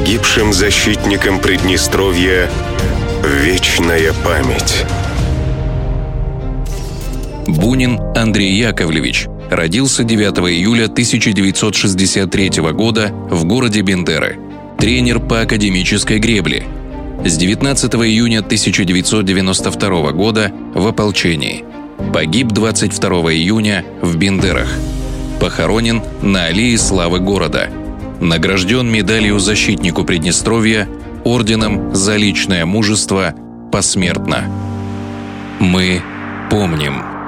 Погибшим защитникам Приднестровья вечная память. Бунин Андрей Яковлевич родился 9 июля 1963 года в городе Бендеры. Тренер по академической гребле. С 19 июня 1992 года в ополчении. Погиб 22 июня в Бендерах. Похоронен на Аллее славы города. Награжден медалью защитнику Приднестровья, орденом за личное мужество посмертно. Мы помним.